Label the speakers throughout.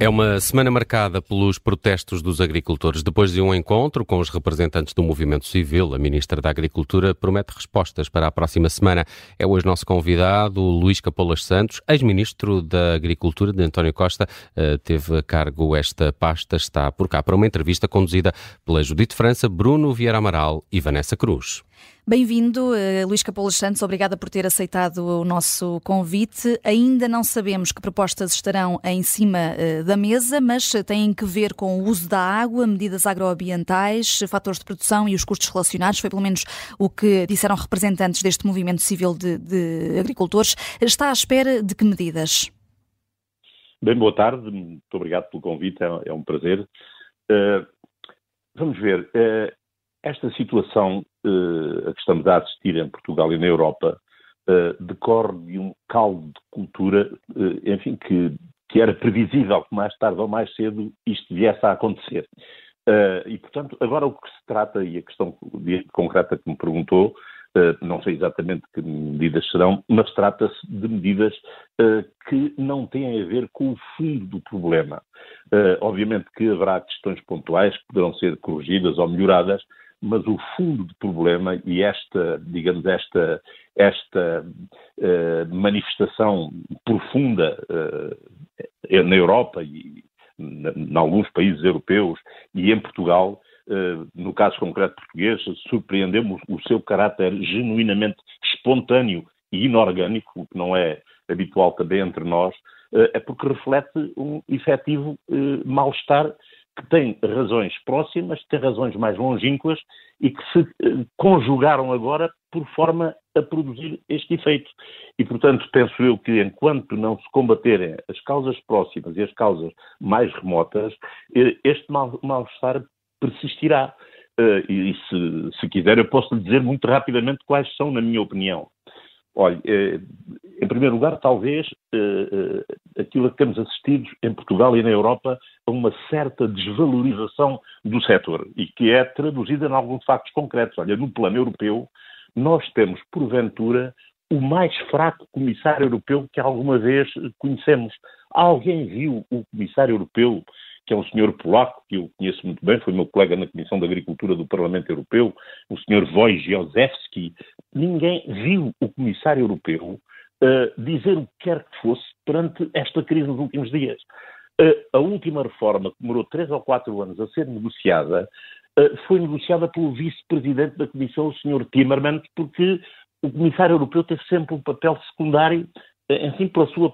Speaker 1: É uma semana marcada pelos protestos dos agricultores. Depois de um encontro com os representantes do movimento civil, a Ministra da Agricultura promete respostas para a próxima semana. É hoje nosso convidado, Luís Capolas Santos, ex-ministro da Agricultura de António Costa. Teve a cargo esta pasta, está por cá para uma entrevista conduzida pela Judite França, Bruno Vieira Amaral e Vanessa Cruz.
Speaker 2: Bem-vindo, Luís Capolas Santos. Obrigada por ter aceitado o nosso convite. Ainda não sabemos que propostas estarão em cima da mesa, mas têm que ver com o uso da água, medidas agroambientais, fatores de produção e os custos relacionados. Foi pelo menos o que disseram representantes deste movimento civil de agricultores. Está à espera de que medidas?
Speaker 3: Bem, boa tarde. Muito obrigado pelo convite. É um prazer. Vamos ver. Esta situação a que estamos a assistir em Portugal e na Europa decorre de um caldo de cultura, enfim, que era previsível que mais tarde ou mais cedo isto viesse a acontecer. E, portanto, agora o que se trata, e a questão concreta que me perguntou, não sei exatamente que medidas serão, mas trata-se de medidas que não têm a ver com o fundo do problema. Obviamente que haverá questões pontuais que poderão ser corrigidas ou melhoradas, mas o fundo do problema e esta manifestação profunda na Europa e em alguns países europeus e em Portugal, no caso concreto português, surpreendemos o seu caráter genuinamente espontâneo e inorgânico, o que não é habitual também entre nós, é porque reflete um efetivo mal-estar que tem razões próximas, que tem razões mais longínquas e que se conjugaram agora por forma a produzir este efeito. E, portanto, penso eu que enquanto não se combaterem as causas próximas e as causas mais remotas, este mal-estar persistirá. E se quiser, eu posso lhe dizer muito rapidamente quais são, na minha opinião. Olha, em primeiro lugar, talvez aquilo a que temos assistido em Portugal e na Europa a uma certa desvalorização do setor e que é traduzida em alguns factos concretos. Olha, no plano europeu, nós temos, porventura, o mais fraco comissário europeu que alguma vez conhecemos. Alguém viu o comissário europeu, que é um senhor polaco, que eu conheço muito bem, foi meu colega na Comissão de Agricultura do Parlamento Europeu, o senhor Wojciechowski. Ninguém viu o comissário europeu dizer o que quer que fosse perante esta crise nos últimos dias. A última reforma, que demorou 3 ou 4 anos a ser negociada, foi negociada pelo vice-presidente da Comissão, o senhor Timmermans, porque o comissário europeu teve sempre um papel secundário, enfim, pela sua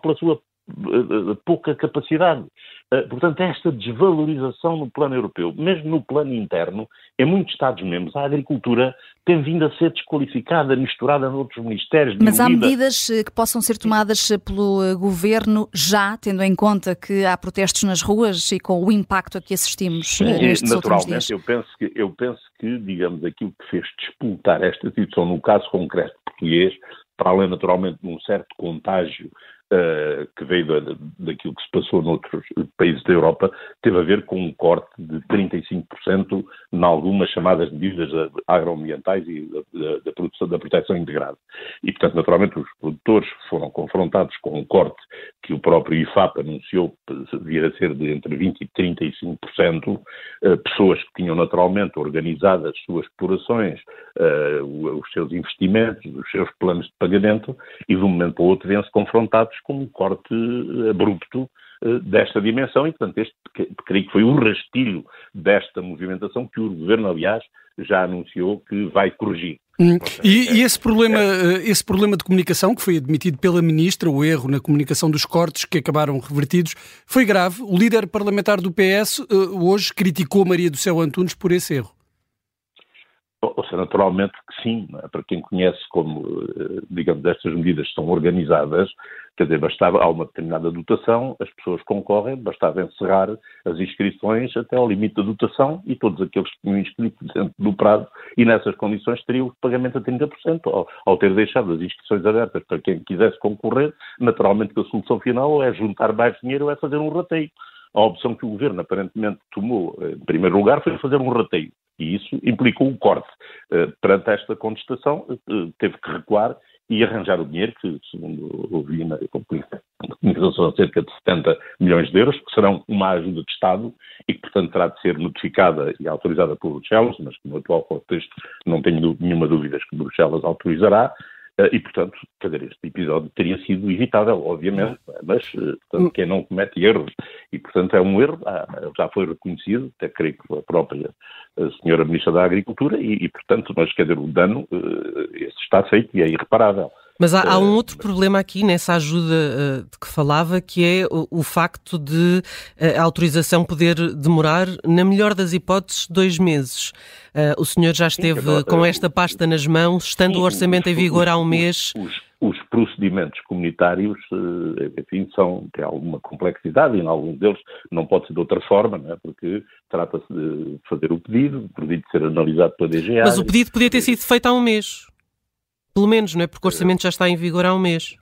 Speaker 3: pouca capacidade. Portanto, esta desvalorização no plano europeu, mesmo no plano interno, em muitos Estados-membros, a agricultura tem vindo a ser desqualificada, misturada noutros ministérios.
Speaker 2: Mas há medidas que possam ser tomadas pelo governo já, tendo em conta que há protestos nas ruas e com o impacto a que assistimos nestes últimos dias?
Speaker 3: Eu penso que, digamos, aquilo que fez despoltar esta situação no caso concreto português, para além, naturalmente, de um certo contágio que veio daquilo que se passou noutros países da Europa, teve a ver com um corte de 35% em algumas chamadas medidas agroambientais e da proteção integrada. E, portanto, naturalmente, os produtores foram confrontados com um corte que o próprio IFAP anunciou vir a ser de entre 20% e 35%, pessoas que tinham naturalmente organizado as suas explorações, os seus investimentos, os seus planos de pagamento, e de um momento para o outro vêm-se confrontados com um corte abrupto desta dimensão e, portanto, creio que foi um rastilho desta movimentação que o Governo, aliás, já anunciou que vai corrigir.
Speaker 4: E esse problema de comunicação, que foi admitido pela Ministra, o erro na comunicação dos cortes que acabaram revertidos, foi grave. O líder parlamentar do PS hoje criticou Maria do Céu Antunes por esse erro.
Speaker 3: Ou seja, naturalmente que sim, para quem conhece como, digamos, estas medidas são organizadas, quer dizer, há uma determinada dotação, as pessoas concorrem, bastava encerrar as inscrições até ao limite da dotação e todos aqueles que tinham inscrito dentro do prazo e nessas condições teriam o pagamento a 30%. Ao ter deixado as inscrições abertas para quem quisesse concorrer, naturalmente que a solução final ou é juntar mais dinheiro ou é fazer um rateio. A opção que o Governo aparentemente tomou, em primeiro lugar, foi fazer um rateio. E isso implicou um corte. Perante esta contestação, teve que recuar e arranjar o dinheiro, que, segundo ouvi na comunicação, são cerca de 70 milhões de euros, que serão uma ajuda de Estado e que, portanto, terá de ser notificada e autorizada por Bruxelas, mas que no atual contexto não tenho nenhuma dúvida que Bruxelas autorizará. E, portanto, este episódio teria sido evitável, obviamente, mas portanto, quem não comete erros, e, portanto, é um erro, já foi reconhecido, até creio que a própria senhora Ministra da Agricultura, e portanto, mas, o dano, esse está feito e é irreparável.
Speaker 5: Mas há um outro problema aqui nessa ajuda de que falava, que é o facto de a autorização poder demorar, na melhor das hipóteses, 2 meses. O senhor já esteve com esta pasta nas mãos, estando o orçamento em vigor há um mês.
Speaker 3: Os procedimentos comunitários, enfim, têm alguma complexidade e em alguns deles não pode ser de outra forma, não é? Porque trata-se de fazer o pedido ser analisado pela DGA.
Speaker 5: Mas o pedido podia ter sido feito há um mês. Pelo menos, não é? Porque o orçamento já está em vigor há um mês.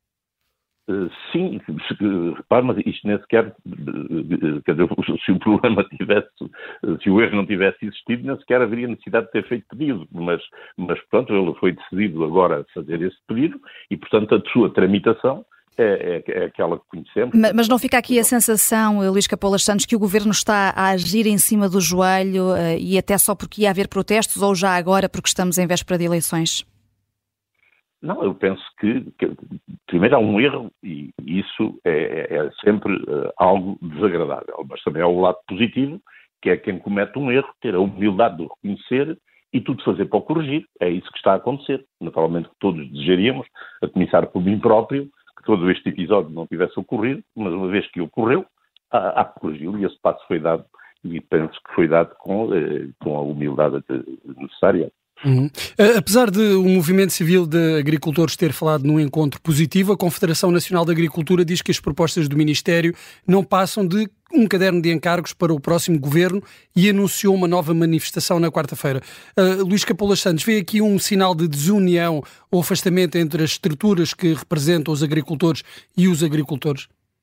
Speaker 3: Sim, repare, mas isto nem sequer, se o problema se o erro não tivesse existido, nem sequer haveria necessidade de ter feito pedido, mas pronto, ele foi decidido agora fazer esse pedido e, portanto, a sua tramitação é aquela que conhecemos.
Speaker 2: Mas não fica aqui a sensação, Luís Capolas Santos, que o Governo está a agir em cima do joelho e até só porque ia haver protestos ou já agora porque estamos em véspera de eleições?
Speaker 3: Não, eu penso que primeiro há um erro e isso é sempre algo desagradável, mas também há o lado positivo, que é quem comete um erro ter a humildade de o reconhecer e tudo fazer para o corrigir. É isso que está a acontecer. Naturalmente que todos desejaríamos, a começar por mim próprio, que todo este episódio não tivesse ocorrido, mas uma vez que ocorreu, há que corrigi-lo e esse passo foi dado e penso que foi dado com a humildade necessária.
Speaker 4: Apesar de o Movimento Civil de Agricultores ter falado num encontro positivo, a Confederação Nacional da Agricultura diz que as propostas do Ministério não passam de um caderno de encargos para o próximo governo e anunciou uma nova manifestação na quarta-feira. Luís Capolas Santos, vê aqui um sinal de desunião ou afastamento entre as estruturas que representam os agricultores e os agricultores?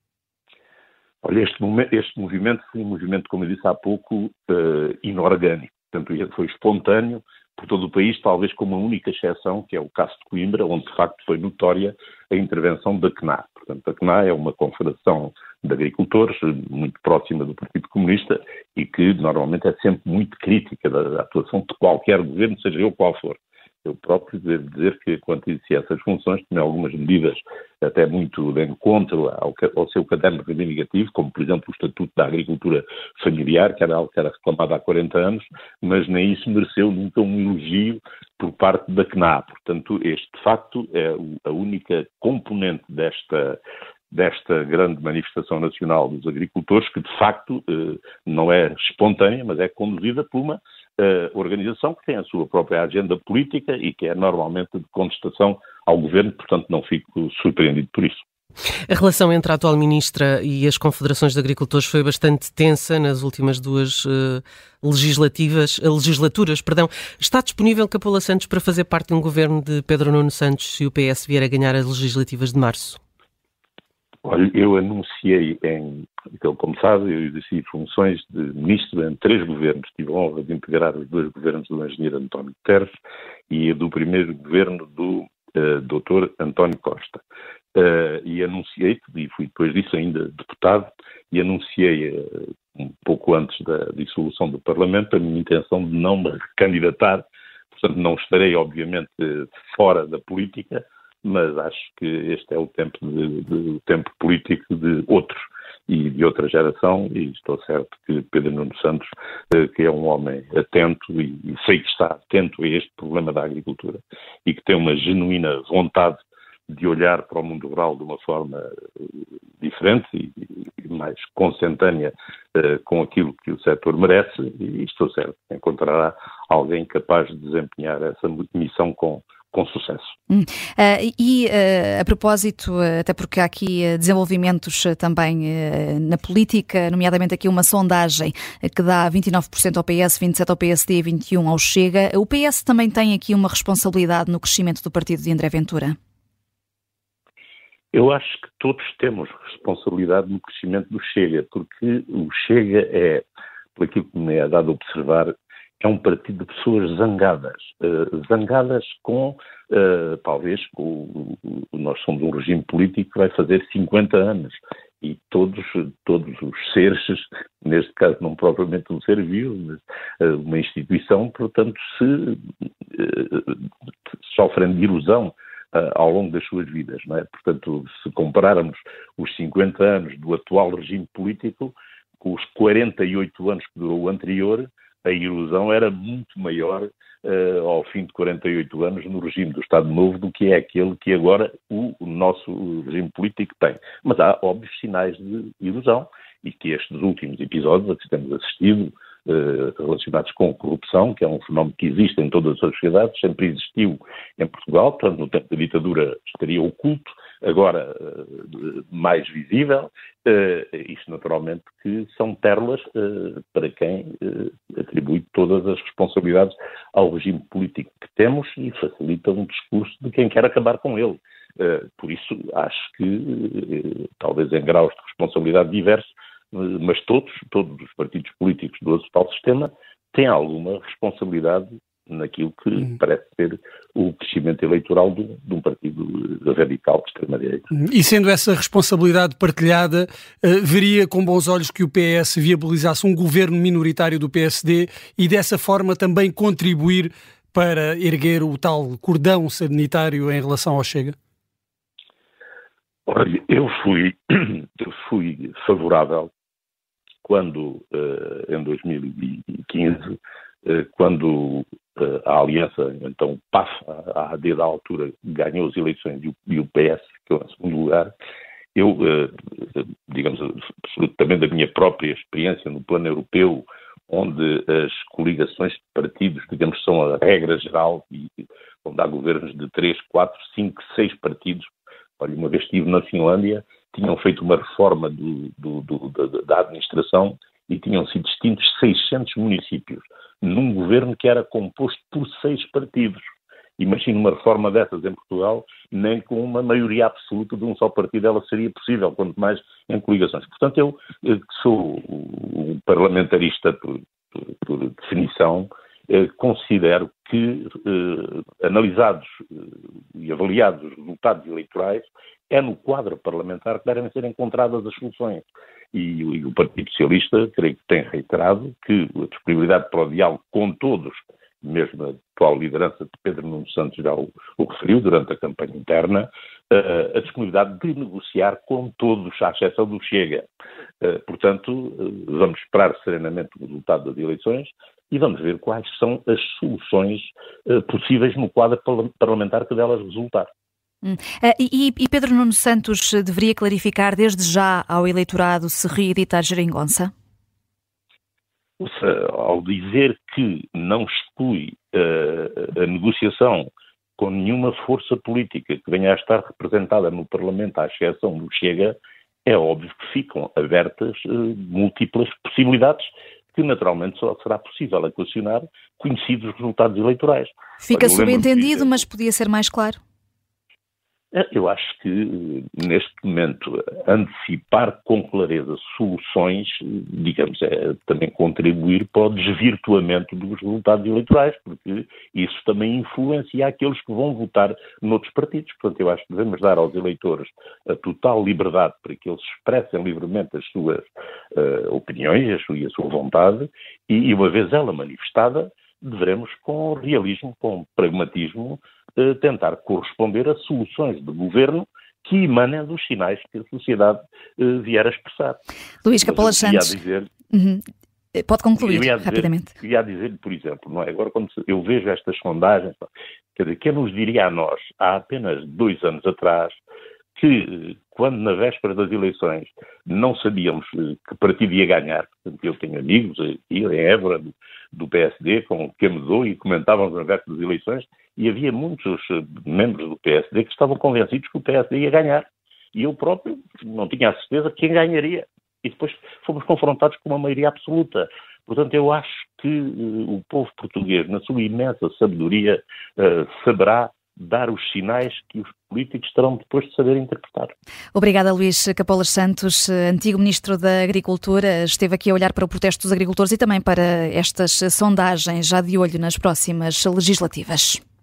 Speaker 3: Olha, este movimento foi um movimento, como eu disse há pouco, inorgânico. Portanto, foi espontâneo por todo o país, talvez com uma única exceção, que é o caso de Coimbra, onde de facto foi notória a intervenção da CNA. Portanto, a CNA é uma confederação de agricultores muito próxima do Partido Comunista e que normalmente é sempre muito crítica da atuação de qualquer governo, seja ele qual for. Eu próprio devo dizer que, quando exercia essas funções, tinha algumas medidas até muito de encontro ao seu caderno reivindicativo, como, por exemplo, o Estatuto da Agricultura Familiar, que era algo que era reclamado há 40 anos, mas nem isso mereceu nunca um elogio por parte da CNA. Portanto, este, de facto, é a única componente desta grande manifestação nacional dos agricultores, que de facto não é espontânea, mas é conduzida por uma organização que tem a sua própria agenda política e que é normalmente de contestação ao governo, portanto não fico surpreendido por isso.
Speaker 5: A relação entre a atual ministra e as confederações de agricultores foi bastante tensa nas últimas duas legislaturas. Está disponível Capolas Santos para fazer parte de um governo de Pedro Nuno Santos se o PS vier a ganhar as legislativas de março?
Speaker 3: Olha, eu anunciei, então, como sabe, eu exerci funções de ministro em 3 governos. Tive a honra de integrar os 2 governos do engenheiro António Guterres e do primeiro governo do Dr. António Costa. E anunciei, e fui depois disso ainda deputado, e anunciei um pouco antes da dissolução do Parlamento a minha intenção de não me recandidatar. Portanto, não estarei, obviamente, fora da política, mas acho que este é o tempo tempo político de outros e de outra geração, e estou certo que Pedro Nuno Santos, que é um homem atento e sei que está atento a este problema da agricultura e que tem uma genuína vontade de olhar para o mundo rural de uma forma diferente e mais consentânea com aquilo que o setor merece, e estou certo que encontrará alguém capaz de desempenhar essa missão com sucesso.
Speaker 2: A propósito, até porque há aqui desenvolvimentos também na política, nomeadamente aqui uma sondagem que dá 29% ao PS, 27% ao PSD e 21% ao Chega. O PS também tem aqui uma responsabilidade no crescimento do partido de André Ventura?
Speaker 3: Eu acho que todos temos responsabilidade no crescimento do Chega, porque o Chega por aquilo que me é dado a observar, é um partido de pessoas zangadas com, talvez, nós somos um regime político que vai fazer 50 anos e todos os seres, neste caso não propriamente um ser vivo, mas uma instituição, portanto, sofrem de erosão ao longo das suas vidas, não é? Portanto, se compararmos os 50 anos do atual regime político com os 48 anos que durou o anterior, a erosão era muito maior ao fim de 48 anos no regime do Estado Novo do que é aquele que agora o nosso regime político tem. Mas há óbvios sinais de erosão e que estes últimos episódios a que temos assistido, relacionados com corrupção, que é um fenómeno que existe em todas as sociedades, sempre existiu em Portugal, portanto no tempo da ditadura estaria oculto, agora mais visível. Isto naturalmente que são pérolas para quem atribui todas as responsabilidades ao regime político que temos e facilita um discurso de quem quer acabar com ele. Por isso acho que, talvez em graus de responsabilidade diversos, mas todos os partidos políticos do atual sistema têm alguma responsabilidade naquilo que parece ser o crescimento eleitoral de um partido radical de extrema-direita.
Speaker 4: E sendo essa responsabilidade partilhada, veria com bons olhos que o PS viabilizasse um governo minoritário do PSD e dessa forma também contribuir para erguer o tal cordão sanitário em relação ao Chega?
Speaker 3: Olha, eu fui favorável quando, em 2015, quando a Aliança, então PAF, a AD da altura, ganhou as eleições e o PS ficou em segundo lugar, eu, digamos, absolutamente da minha própria experiência no plano europeu, onde as coligações de partidos, digamos, são a regra geral, e onde há governos de 3, 4, 5, 6 partidos. Olha, uma vez estive na Finlândia, tinham feito uma reforma da administração e tinham sido extintos 600 municípios, num governo que era composto por 6 partidos. Imagino uma reforma dessas em Portugal, nem com uma maioria absoluta de um só partido ela seria possível, quanto mais em coligações. Portanto, eu que sou um parlamentarista por definição, considero que, analisados e avaliados os resultados eleitorais, é no quadro parlamentar que devem ser encontradas as soluções. E o Partido Socialista, creio que tem reiterado que a disponibilidade para o diálogo com todos, mesmo a atual liderança de Pedro Nuno Santos já o referiu durante a campanha interna, a disponibilidade de negociar com todos, à exceção do Chega. Portanto, vamos esperar serenamente o resultado das eleições e vamos ver quais são as soluções possíveis no quadro parlamentar que delas resultar.
Speaker 2: E Pedro Nuno Santos deveria clarificar desde já ao eleitorado se reedita a geringonça?
Speaker 3: Ao dizer que não exclui a negociação com nenhuma força política que venha a estar representada no Parlamento, à exceção do Chega, é óbvio que ficam abertas múltiplas possibilidades que naturalmente só será possível equacionar conhecidos os resultados eleitorais.
Speaker 2: Fica subentendido, mas podia ser mais claro.
Speaker 3: Eu acho que, neste momento, antecipar com clareza soluções, digamos, é também contribuir para o desvirtuamento dos resultados eleitorais, porque isso também influencia aqueles que vão votar noutros partidos. Portanto, eu acho que devemos dar aos eleitores a total liberdade para que eles expressem livremente as suas opiniões e a sua vontade, e uma vez ela manifestada, devemos, com realismo, com pragmatismo, tentar corresponder a soluções de governo que emanem dos sinais que a sociedade vier a expressar.
Speaker 2: Luís Capola Santos, pode concluir rapidamente.
Speaker 3: Queria dizer, por exemplo, não é? Agora quando eu vejo estas sondagens, quer dizer, quem nos diria a nós, há apenas 2 anos atrás, que quando na véspera das eleições não sabíamos que partido ia ganhar, portanto, eu tenho amigos aqui em Évora do PSD com quem me dou e comentávamos na véspera das eleições e havia muitos membros do PSD que estavam convencidos que o PSD ia ganhar. E eu próprio não tinha a certeza de quem ganharia. E depois fomos confrontados com uma maioria absoluta. Portanto, eu acho que o povo português, na sua imensa sabedoria, saberá dar os sinais que os políticos terão depois de saber interpretar.
Speaker 2: Obrigada, Luís Capolas Santos, antigo Ministro da Agricultura. Esteve aqui a olhar para o protesto dos agricultores e também para estas sondagens, já de olho nas próximas legislativas.